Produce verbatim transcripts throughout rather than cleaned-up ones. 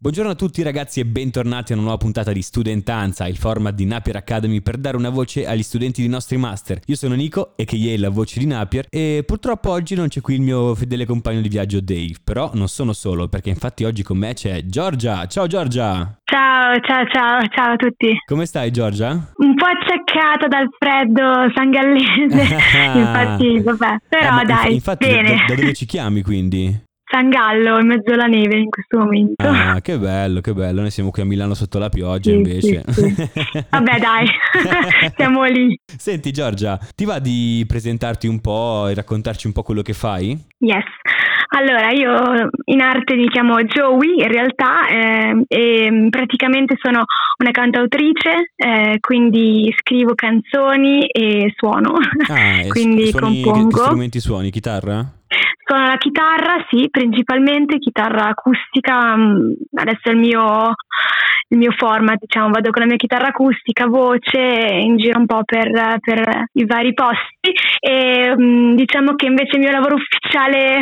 Buongiorno a tutti ragazzi e bentornati a una nuova puntata di Studentanza, il format di Napier Academy per dare una voce agli studenti dei nostri master. Io sono Nico, a k a la voce di Napier, e purtroppo oggi non c'è qui il mio fedele compagno di viaggio Dave, però non sono solo, perché infatti oggi con me c'è Giorgia. Ciao Giorgia! Ciao, ciao, ciao, ciao a tutti. Come stai Giorgia? Un po' acciaccata dal freddo sangallese, infatti vabbè, però eh, dai, infatti, bene. Da, da dove ci chiami quindi? San Gallo, in mezzo alla neve in questo momento. Ah, che bello, che bello. Noi siamo qui a Milano sotto la pioggia, sì, invece. Sì, sì. Vabbè, dai, siamo lì. Senti, Giorgia, ti va di presentarti un po' e raccontarci un po' quello che fai? Yes. Allora, io in arte mi chiamo Joey, in realtà, eh, e praticamente sono una cantautrice, eh, quindi scrivo canzoni e suono. Ah, quindi suoni, compongo. Che strumenti suoni? Chitarra? Suono la chitarra, sì, principalmente chitarra acustica. Adesso è il mio, il mio format, diciamo, vado con la mia chitarra acustica, voce, in giro un po' per, per i vari posti e diciamo che invece il mio lavoro ufficiale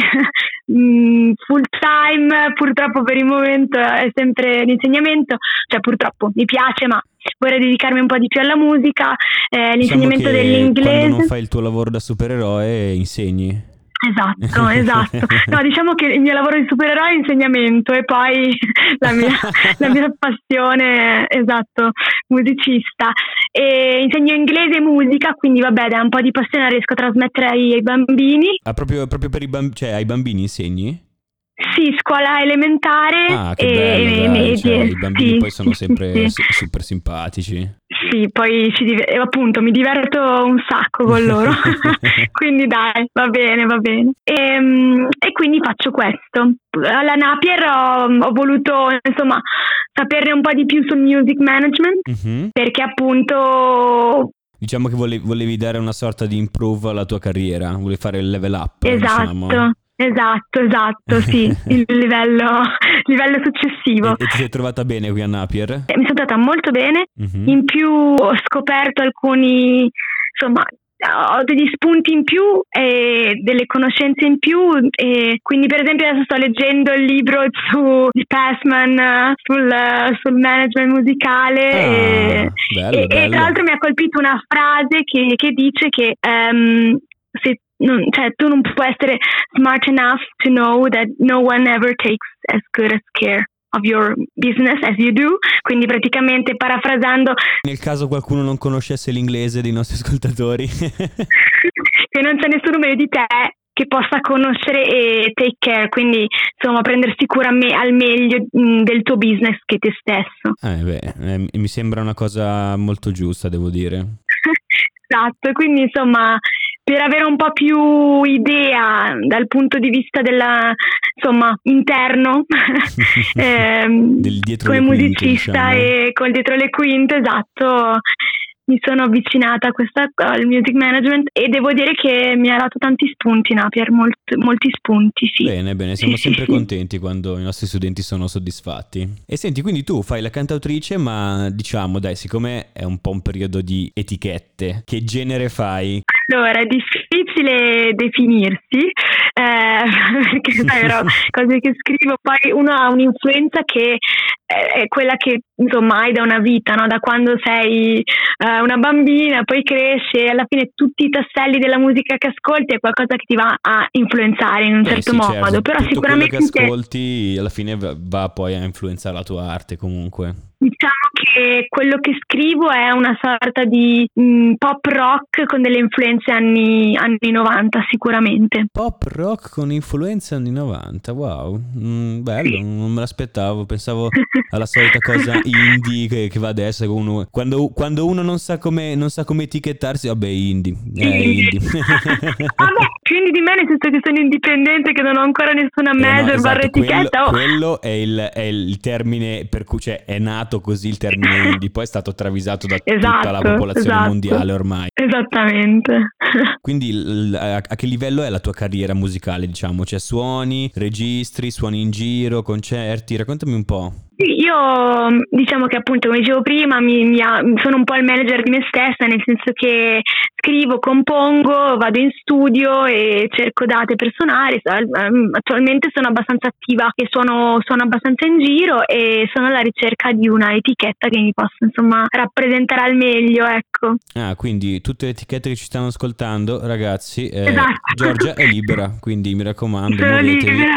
full time, purtroppo per il momento, è sempre l'insegnamento, cioè purtroppo mi piace, ma vorrei dedicarmi un po' di più alla musica, eh, l'insegnamento diciamo che dell'inglese. Quando non fai il tuo lavoro da supereroe insegni. Esatto, esatto. No, diciamo che il mio lavoro di supereroe è insegnamento e poi la mia, la mia passione, esatto, musicista. E insegno inglese e musica, quindi vabbè, da un po' di passione riesco a trasmettere ai, ai bambini. Ah, proprio, proprio per i bambini, cioè ai bambini insegni? Sì, scuola elementare ah, che e, bello, e dai, medie. cioè, i bambini sì, poi sono sì, sempre sì. super simpatici. Sì, poi ci div- appunto mi diverto un sacco con loro, quindi dai, va bene, va bene. E, e quindi faccio questo. Alla Napier ho, ho voluto insomma saperne un po' di più sul music management, mm-hmm. perché appunto... Diciamo che volevi, volevi dare una sorta di improve alla tua carriera, volevi fare il level up, esatto. diciamo. Esatto, esatto, sì, il livello, livello successivo. E, e ti sei trovata bene qui a Napier? Eh, mi sono trovata molto bene, mm-hmm. In più ho scoperto alcuni, insomma, ho degli spunti in più e delle conoscenze in più, e quindi per esempio adesso sto leggendo il libro su, di Passman sul, sul management musicale. ah, e, bello, e, bello. e tra l'altro mi ha colpito una frase che, che dice che um, se Non, cioè tu non puoi essere smart enough to know that no one ever takes as good as care of your business as you do, quindi praticamente parafrasando, nel caso qualcuno non conoscesse l'inglese dei nostri ascoltatori, che non c'è nessuno meglio di te che possa conoscere e take care, quindi insomma prendersi cura me- al meglio mh, del tuo business che te stesso. eh beh, eh, mi sembra una cosa molto giusta, devo dire. Esatto, quindi insomma per avere un po' più idea dal punto di vista della, insomma, interno, ehm, Del dietro come le quinte, musicista, diciamo. E col dietro le quinte, esatto, mi sono avvicinata a questa, al music management e devo dire che mi ha dato tanti spunti, Napier, molti, molti spunti, sì. Bene, bene, siamo sì, sempre sì, contenti sì. quando i nostri studenti sono soddisfatti. E senti, quindi tu fai la cantautrice, ma diciamo, dai, siccome è un po' un periodo di etichette, che genere fai? Allora, è difficile definirsi, eh, perché sai, però, cose che scrivo, poi uno ha un'influenza che è quella che insomma hai da una vita, no? Da quando sei uh, una bambina, poi cresci e alla fine tutti i tasselli della musica che ascolti è qualcosa che ti va a influenzare in un Beh, certo sì, modo, certo. però tutto sicuramente quello che ascolti alla fine va poi a influenzare la tua arte comunque. Diciamo che quello che scrivo è una sorta di mh, pop rock con delle influenze anni, anni novanta sicuramente. Pop rock con influenze anni novanta, wow, mm, bello, sì. Non me l'aspettavo, pensavo alla solita cosa indie che, che va adesso, uno, quando, quando uno non sa come non sa come etichettarsi, vabbè, indie, eh, indie. Vabbè, quindi di me nel senso che sono indipendente, che non ho ancora nessuna major eh no, esatto, barra etichetta. Quello, quello è, il, è il termine per cui, cioè, è nato così il termine indie, poi è stato travisato da esatto, tutta la popolazione esatto. mondiale ormai. Esattamente. Quindi l- a, a che livello è la tua carriera musicale, diciamo? Cioè suoni, registri, suoni in giro, concerti? Raccontami un po'. Io diciamo che appunto, come dicevo prima, mi, mi, sono un po' il manager di me stessa, nel senso che scrivo, compongo, vado in studio e cerco date per suonare. Attualmente sono abbastanza attiva e suono, suono abbastanza in giro e sono alla ricerca di una etichetta che mi possa insomma rappresentare al meglio, ecco. Ah, quindi tutte le etichette che ci stanno ascoltando, ragazzi, eh, esatto. Giorgia è libera, quindi mi raccomando, sono muovetevi. libera.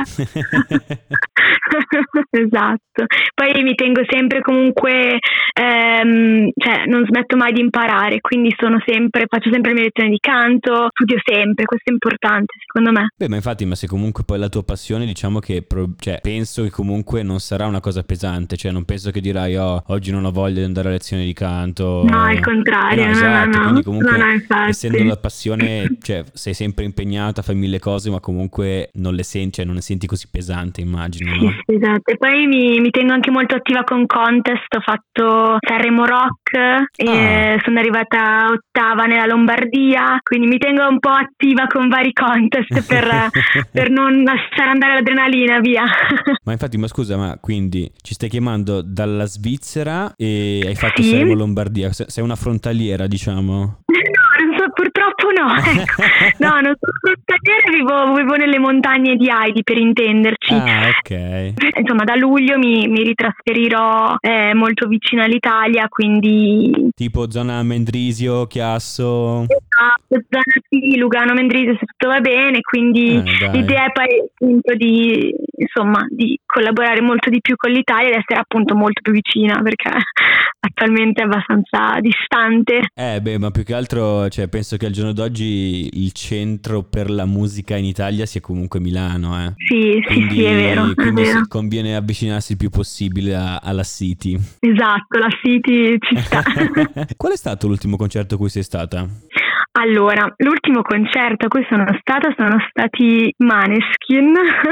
Esatto. Poi mi tengo sempre comunque, ehm, cioè non smetto mai di imparare, quindi sono sempre, faccio sempre le mie lezioni di canto, studio sempre, questo è importante secondo me. Beh, ma infatti, ma se comunque poi la tua passione, diciamo che pro- cioè, penso che comunque non sarà una cosa pesante, cioè non penso che dirai oh, oggi non ho voglia di andare a lezione di canto. No, al contrario, eh no, no, esatto, no, no, quindi comunque no, no, essendo la passione, cioè sei sempre impegnata, fai mille cose, ma comunque non le senti, cioè non le senti così pesante, immagino, no? Sì, esatto. E poi mi, mi tengo anche molto attiva con contest, ho fatto Sanremo Rock e Ah. sono arrivata ottava nella Lombardia, quindi mi tengo un po' attiva con vari contest per, per non lasciare andare l'adrenalina, via. Ma infatti, ma scusa, ma quindi ci stai chiamando dalla Svizzera e hai fatto Sì. Sanremo Lombardia, Se- sei una frontaliera, diciamo? No, non so, purtroppo no, ecco. No, non sono frontaliera, vivo, vivo nelle montagne di Heidi, per intenderci. Ah, ok. Insomma, da luglio mi, mi ritrasferirò eh, molto vicino all'Italia, quindi Tipo zona Mendrisio, Chiasso. esatto, zona sì, Lugano, Mendrisio, se tutto va bene, quindi Eh, dai. l'idea è poi appunto di, insomma, di collaborare molto di più con l'Italia ed essere appunto molto più vicina, perché attualmente è abbastanza distante. Eh beh, ma più che altro, cioè, penso che al giorno d'oggi il centro per la musica in Italia sia comunque Milano, eh. Sì, sì, Quindi, sì, è vero, è quindi vero. si- conviene avvicinarsi il più possibile a- alla City. Esatto, la City ci sta. Qual è stato l'ultimo concerto a cui sei stata? Allora, l'ultimo concerto a cui sono stata sono stati Maneskin,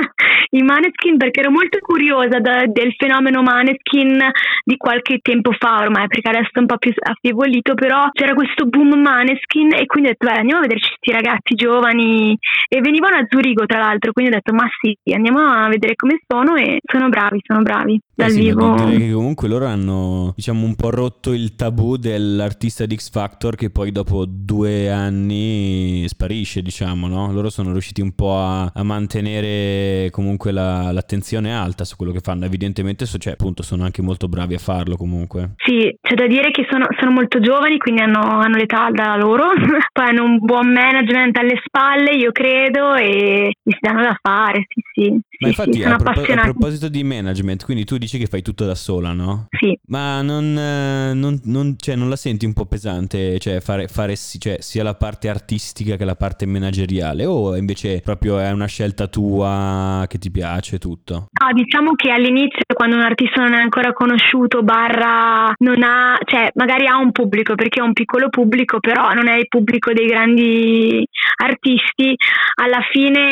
i Maneskin, perché ero molto curiosa da- del fenomeno Maneskin di qualche tempo fa ormai, perché adesso è un po' più affievolito, però c'era questo boom Maneskin e quindi ho detto, beh, andiamo a vederci questi ragazzi giovani, e venivano a Zurigo tra l'altro, quindi ho detto, ma sì, andiamo a vedere come sono, e sono bravi, sono bravi, dal Eh sì, vivo. ma direi che comunque loro hanno, diciamo, un po' rotto il tabù dell'artista di X Factor che poi dopo due anni sparisce, diciamo, no? Loro sono riusciti un po' a, a mantenere comunque la- l'attenzione alta su quello che fanno. Evidentemente, so- cioè, appunto, sono anche molto bravi a farlo comunque. Sì, c'è da dire che sono, sono molto giovani, quindi hanno, hanno l'età da loro, poi hanno un buon management alle spalle, io credo, e si danno da fare, sì, sì. Ma sì, infatti, sì, sono a, propo- a appassionati. proposito di management, quindi tu dici che fai tutto da sola, no? Sì. Ma non, eh, non, non- cioè, non la senti un po' pesante, cioè fare, fare si- cioè, sia la parte artistica che la parte manageriale, o invece proprio è una scelta tua che ti piace tutto? No, diciamo che all'inizio, quando un artista non è ancora conosciuto, barra non ha, cioè magari ha un pubblico, perché è un piccolo pubblico, però non è il pubblico dei grandi artisti, alla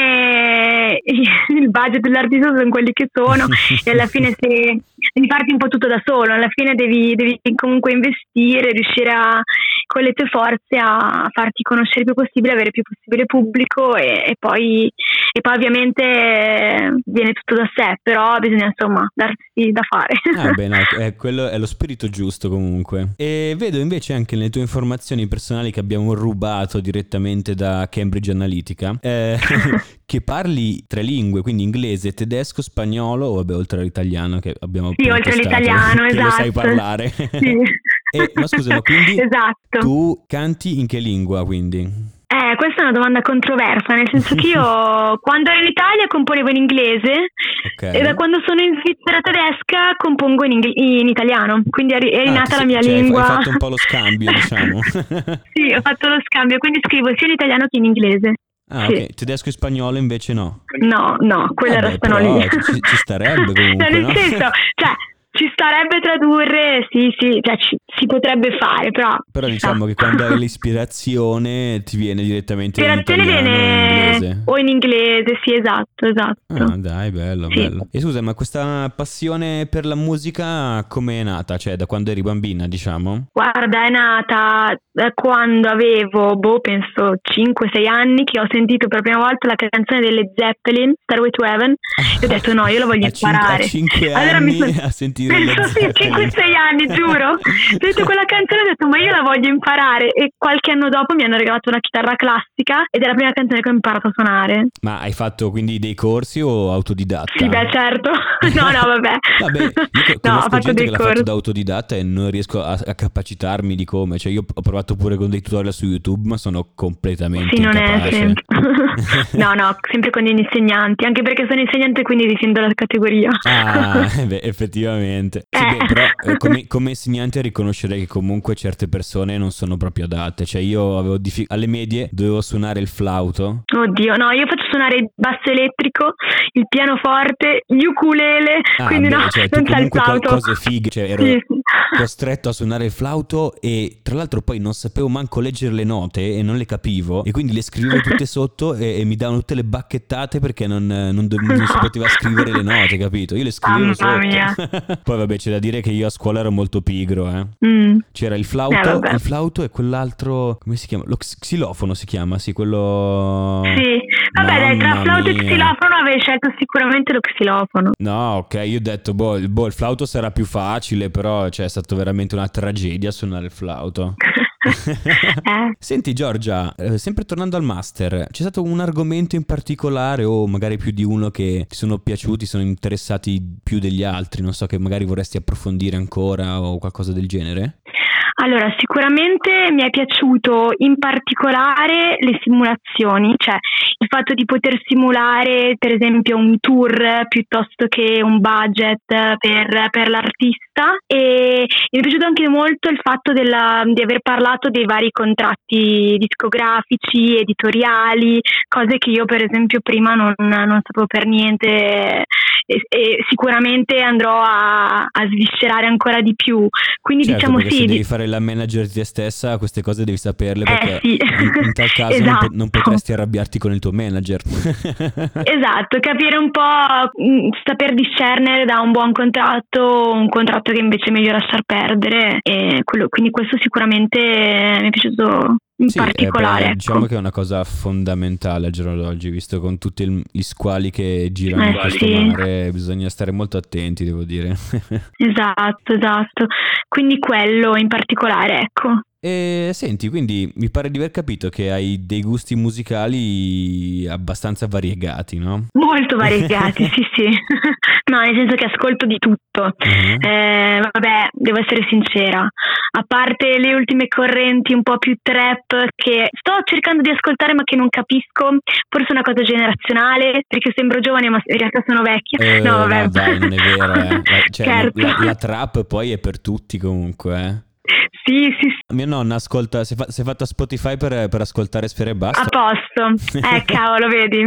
fine il budget dell'artista sono quelli che sono e alla fine se devi farti un po' tutto da solo, alla fine devi, devi comunque investire, riuscire a, con le tue forze a farti conoscere il più possibile, avere il più possibile pubblico, e, e poi e poi ovviamente eh, viene tutto da sé, però bisogna insomma darsi da fare. Ah beh, no, eh, quello è lo spirito giusto comunque. E vedo invece anche nelle tue informazioni personali che abbiamo rubato direttamente da Cambridge Analytica eh, che parli tre lingue, quindi inglese, tedesco, spagnolo, o vabbè, oltre all'italiano che abbiamo Sì, appena oltre testato, all'italiano, che esatto. lo sai parlare. Sì. E, ma scusa, ma quindi esatto. tu canti in che lingua quindi? Eh, questa è una domanda controversa, nel senso che io quando ero in Italia componevo in inglese, Ok. e da quando sono in Svizzera tedesca compongo in, ingl- in italiano, quindi è, ri- è Ah, rinata ti- la mia cioè, hai- lingua. hai fatto un po' lo scambio, diciamo. Sì, ho fatto lo scambio, quindi scrivo sia in italiano che in inglese. Ah, Sì. ok. Tedesco e spagnolo invece no. No, no, quello Vabbè, era spagnolo. però ci- ci starebbe comunque, Cioè, nel no? senso, cioè, ci starebbe tradurre, sì, sì, cioè ci, si potrebbe fare, però... Però ci diciamo sta. che quando hai l'ispirazione ti viene direttamente in L'ispirazione italiano o in viene inglese. o in inglese, sì, esatto, esatto. Ah, dai, bello, Sì. bello. E scusa, ma questa passione per la musica come è nata? Cioè, da quando eri bambina, diciamo? Guarda, è nata da quando avevo, boh, penso cinque sei anni, che ho sentito per la prima volta la canzone delle Zeppelin, Stairway to Heaven, e ho detto no, io la voglio A cinque- imparare. A cinque Allora mi anni son- a sentire sentire le Penso sì, cinque sei anni, giuro. Ho detto quella canzone, ho detto ma io la voglio imparare, e qualche anno dopo mi hanno regalato una chitarra classica ed è la prima canzone che ho imparato a suonare. Ma hai fatto quindi dei corsi o autodidatta? Sì, beh, certo. No, no, vabbè. Vabbè, io co- No, ho conosco fatto gente dei che l'ha corsi. fatto da autodidatta e non riesco a, a capacitarmi di come. Cioè io ho provato pure con dei tutorial su YouTube, ma sono completamente Sì, non è incapace. sempre. No, no, sempre con degli insegnanti, anche perché sono insegnante, quindi difendo la categoria. Ah, beh, effettivamente. Sì, Eh. beh, però eh, come, come insegnante riconoscerei che comunque certe persone non sono proprio adatte. Cioè io avevo diffi- alle medie dovevo suonare il flauto. Oddio, no, io faccio suonare il basso elettrico, il pianoforte, gli ukulele, Ah, quindi beh, no, cioè tu non c'è il comunque co- flauto. cose fighe, cioè ero Sì, sì. costretto a suonare il flauto e tra l'altro poi non sapevo manco leggere le note e non le capivo e quindi le scrivevo tutte sotto e, e mi davano tutte le bacchettate perché non, non, do- non si No. poteva scrivere le note, capito? Io le scrivevo Mamma sotto. mia. Poi vabbè, c'è da dire che io a scuola ero molto pigro, eh. Mm. C'era il Eh, flauto, vabbè. il flauto e quell'altro, come si chiama? Lo x- xilofono si chiama, sì, quello... Sì, vabbè, dai, tra Mamma flauto e mia. xilofono avrei scelto sicuramente lo xilofono. No, ok, io ho detto, boh, il, boh, il flauto sarà più facile, però cioè, è stato veramente una tragedia suonare il flauto. Eh. Senti Giorgia, eh, sempre tornando al master, c'è stato un argomento in particolare o magari più di uno che ti sono piaciuti, sono interessati più degli altri, non so, che magari vorresti approfondire ancora o qualcosa del genere? Allora, sicuramente mi è piaciuto in particolare le simulazioni, cioè il fatto di poter simulare per esempio un tour piuttosto che un budget per, per l'artista, e mi è piaciuto anche molto il fatto della, di aver parlato dei vari contratti discografici, editoriali, cose che io per esempio prima non, non sapevo per niente, e, e sicuramente andrò a, a sviscerare ancora di più. Quindi Certo, diciamo perché sì, se di- devi fare la manager di te stessa, queste cose devi saperle perché Eh sì, in, in tal caso non, po- esatto. non potresti arrabbiarti con il tuo manager. Esatto, capire un po', mh, saper discernere da un buon contratto un contratto che invece è meglio lasciar perdere, e quello, quindi questo sicuramente mi è piaciuto in Sì, eh, particolare. beh, ecco. diciamo che è una cosa fondamentale al giorno d'oggi, visto con tutti il- gli squali che girano in Eh, questo sì. mare, bisogna stare molto attenti, devo dire. Esatto, esatto. Quindi quello in particolare, ecco. E senti, quindi mi pare di aver capito che hai dei gusti musicali abbastanza variegati, no? Molto variegati, sì, sì. No, nel senso che ascolto di tutto. Mhm. Eh, vabbè, devo essere sincera. A parte le ultime correnti un po' più trap che sto cercando di ascoltare ma che non capisco, forse è una cosa generazionale, perché sembro giovane ma in realtà sono vecchia. Eh, No, vabbè. no, dai, non è vero, eh. La, cioè, Scherzo. la, la trap poi è per tutti comunque, eh. Sì, sì, sì. Mia nonna ascolta, si è, fa- si è fatta Spotify per, per ascoltare Sfera e A Basta. posto. Eh, cavolo, vedi.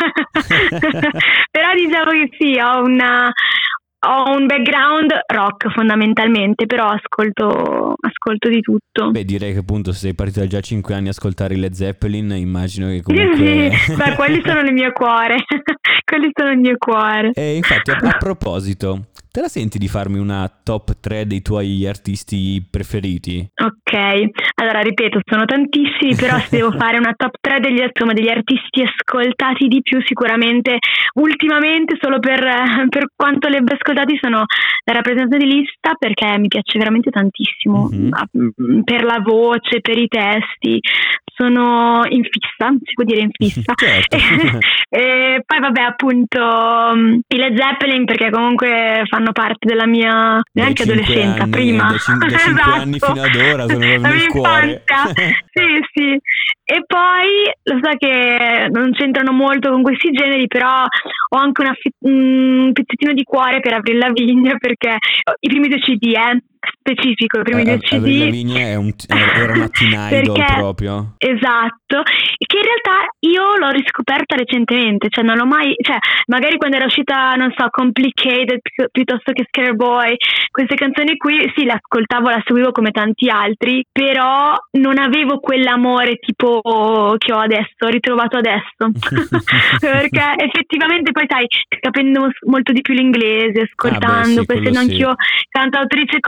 Però diciamo che sì, ho una... Ho un background rock fondamentalmente, però ascolto, ascolto di tutto. Beh, direi che appunto se sei partita già a cinque anni a ascoltare i Led Zeppelin, immagino che Sì, comunque... sì, beh, quelli sono il mio cuore. Quelli sono il mio cuore. E infatti, a, a proposito, te la senti di farmi una top tre dei tuoi artisti preferiti? Ok, allora ripeto, sono tantissimi, però se devo fare una top tre degli, insomma, degli artisti ascoltati di più, sicuramente ultimamente solo per, per quanto li abbia ascoltati sono la rappresentante di lista, perché mi piace veramente tantissimo. Mhm. Per la voce, per i testi, sono in fissa, si può dire in fissa. Certo. E poi vabbè, appunto i Led Zeppelin, perché comunque fanno parte della mia Dai neanche cinque adolescenza, anni- prima dai cin- dai cinque Esatto. anni fino ad ora sono proprio La nel mia cuore. infanzia. Sì, sì. E poi lo so che non c'entrano molto con questi generi, però ho anche una fi- un pezzettino di cuore per Avril Lavigne, perché i primi due C D, eh, specifico, i primi Eh, due C D. Avril Lavigne è un- era una teen idol Perché- proprio. Esatto, che in realtà io l'ho riscoperta recentemente, cioè non l'ho mai, cioè magari quando era uscita, non so, Complicated pi- piuttosto che Scare Boy, queste canzoni qui sì, le ascoltavo, la seguivo come tanti altri, però non avevo quell'amore tipo che ho adesso, ho ritrovato adesso. Perché effettivamente poi sai, capendo molto di più l'inglese, ascoltando, Ah, beh, sì, poi quello essendo sì. anch'io cantautrice con la Key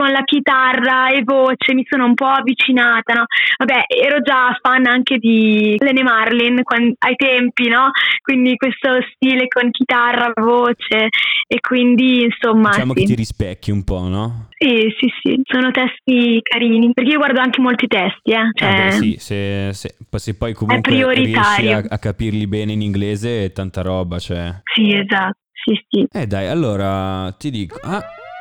chitarra e voce mi sono un po' avvicinata, no? Vabbè, ero già fan anche di Lene Marlin quando, ai tempi, no? Quindi questo stile con chitarra, voce, e quindi insomma diciamo sì. che ti rispecchi un po', no? Sì, sì, sì, sono testi carini, perché io guardo anche molti testi, eh. Cioè, Ah beh, sì, se, se, se poi comunque è riesci prioritario. a, a capirli bene in inglese è tanta roba, cioè. Sì, esatto, sì, sì. Eh dai, allora ti dico. Ah,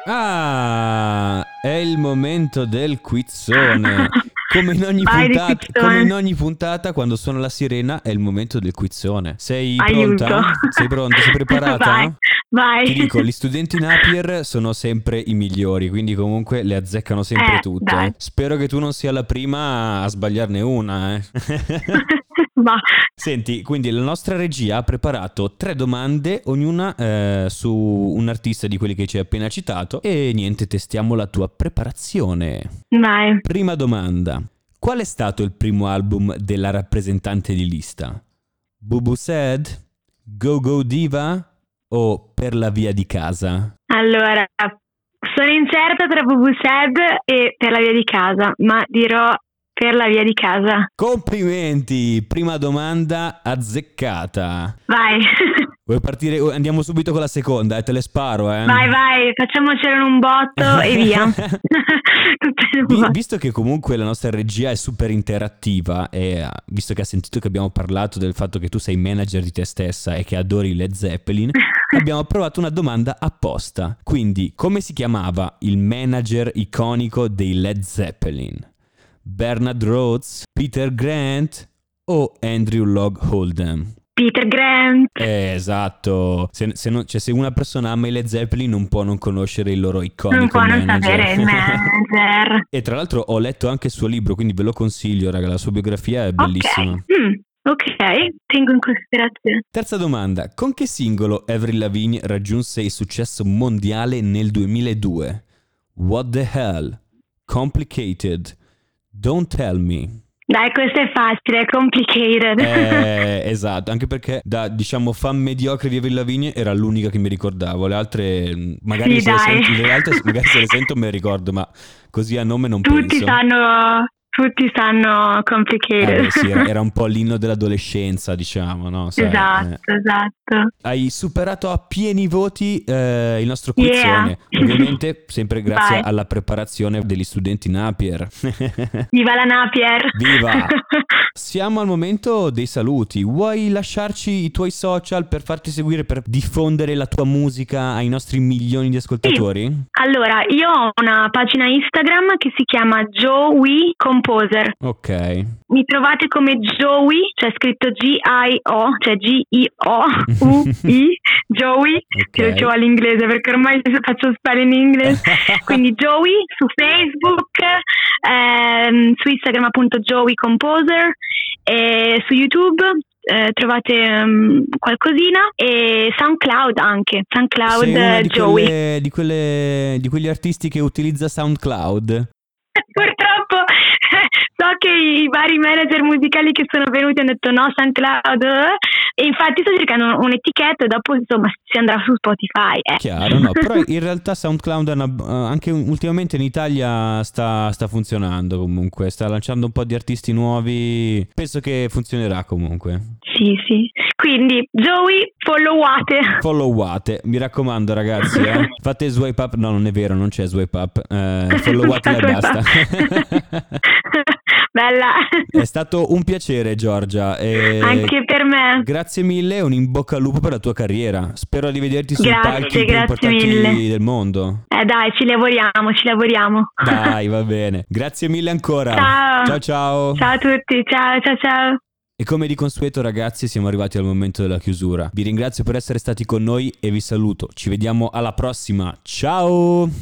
ah, è il momento del quizzone. Come in ogni Vai di puntata, quizzone. come in ogni puntata, quando suona la sirena è il momento del quizzone. Sei Aiuto. pronta? Sei pronta? Sei preparata? Vai, vai. Ti dico, gli studenti Napier sono sempre i migliori, quindi comunque le azzeccano sempre Eh, tutte. dai. Spero che tu non sia la prima a sbagliarne una, eh. Va. Senti, quindi la nostra regia ha preparato tre domande, ognuna eh, su un artista di quelli che ci hai appena citato. E niente, testiamo la tua preparazione. Vai. Prima domanda. Qual è stato il primo album della rappresentante di lista? Bubu Said? Go Go Diva? O Per la via di casa? Allora, sono incerta tra Bubu Sad e Per la via di casa, ma dirò Per la via di casa. Complimenti! Prima domanda azzeccata. Vai. Vuoi partire? Andiamo subito con la seconda, eh, te le sparo, eh. Vai, vai, facciamocelo in un botto e via. Tutte in un Vi- botto. visto che comunque la nostra regia è super interattiva e eh, visto che ha sentito che abbiamo parlato del fatto che tu sei manager di te stessa e che adori Led Zeppelin, abbiamo provato una domanda apposta. Quindi, come si chiamava il manager iconico dei Led Zeppelin? Bernard Rhodes, Peter Grant o Andrew Loog Oldham? Peter Grant. Eh, esatto. Se, se, non, cioè, se una persona ama i Led Zeppelin non può non conoscere il loro iconico Non può non manager. sapere il manager. E tra l'altro ho letto anche il suo libro, quindi ve lo consiglio, raga, la sua biografia è bellissima. Ok, mm, ok, tengo in considerazione. Terza domanda. Con che singolo Avril Lavigne raggiunse il successo mondiale nel duemiladue? What the Hell? Complicated? Don't Tell Me? Dai, questo è facile, è complicated. Eh, esatto, anche perché da, diciamo, fan mediocre di Avril Lavigne era l'unica che mi ricordavo. Le altre, magari, Sì, se, le dai. sento, le altre magari se le sento me le ricordo, ma così a nome non Tutti penso. sanno, tutti sanno complicated. Eh beh, sì, era, era un po' l'inno dell'adolescenza, diciamo, no? Sai, Esatto, eh. esatto. Hai superato a pieni voti eh, il nostro Yeah. quizzone. Ovviamente sempre grazie Vai. alla preparazione degli studenti Napier. Viva la Napier! Viva! Siamo al momento dei saluti. Vuoi lasciarci i tuoi social per farti seguire, per diffondere la tua musica ai nostri milioni di ascoltatori? Allora, io ho una pagina Instagram che si chiama Joey Composer. Ok. Mi trovate come Joey, cioè scritto G I O, cioè G I O U I, Joey, Ok. che lo dicevo all'inglese perché ormai faccio spelling in inglese. Quindi Joey su Facebook, ehm, su Instagram appunto Joey Composer, e su YouTube eh, trovate um, qualcosina, e SoundCloud anche, SoundCloud Sei una di Joey. quelle, di quelle di quegli artisti che utilizza SoundCloud? Purtroppo so che i vari manager musicali che sono venuti hanno detto no, SoundCloud, e infatti sto cercando un'etichetta e dopo insomma si andrà su Spotify. Eh. Chiaro, no, però in realtà SoundCloud è una- anche ultimamente in Italia sta, sta funzionando comunque, sta lanciando un po' di artisti nuovi, penso che funzionerà comunque. Sì, sì. Quindi Joey, followate. Followate, mi raccomando ragazzi, eh. Fate swipe up, no non è vero, non c'è swipe up, eh, followatela e Swipe basta. Bella. È stato un piacere Giorgia, e Anche per me. grazie mille, un in bocca al lupo per la tua carriera, spero di vederti sui Grazie, palchi più grazie importanti mille. del mondo. Eh dai, ci lavoriamo, ci lavoriamo. Dai, va bene, grazie mille ancora. Ciao. Ciao ciao. Ciao a tutti, ciao ciao ciao. E come di consueto ragazzi siamo arrivati al momento della chiusura. Vi ringrazio per essere stati con noi e vi saluto. Ci vediamo alla prossima. Ciao!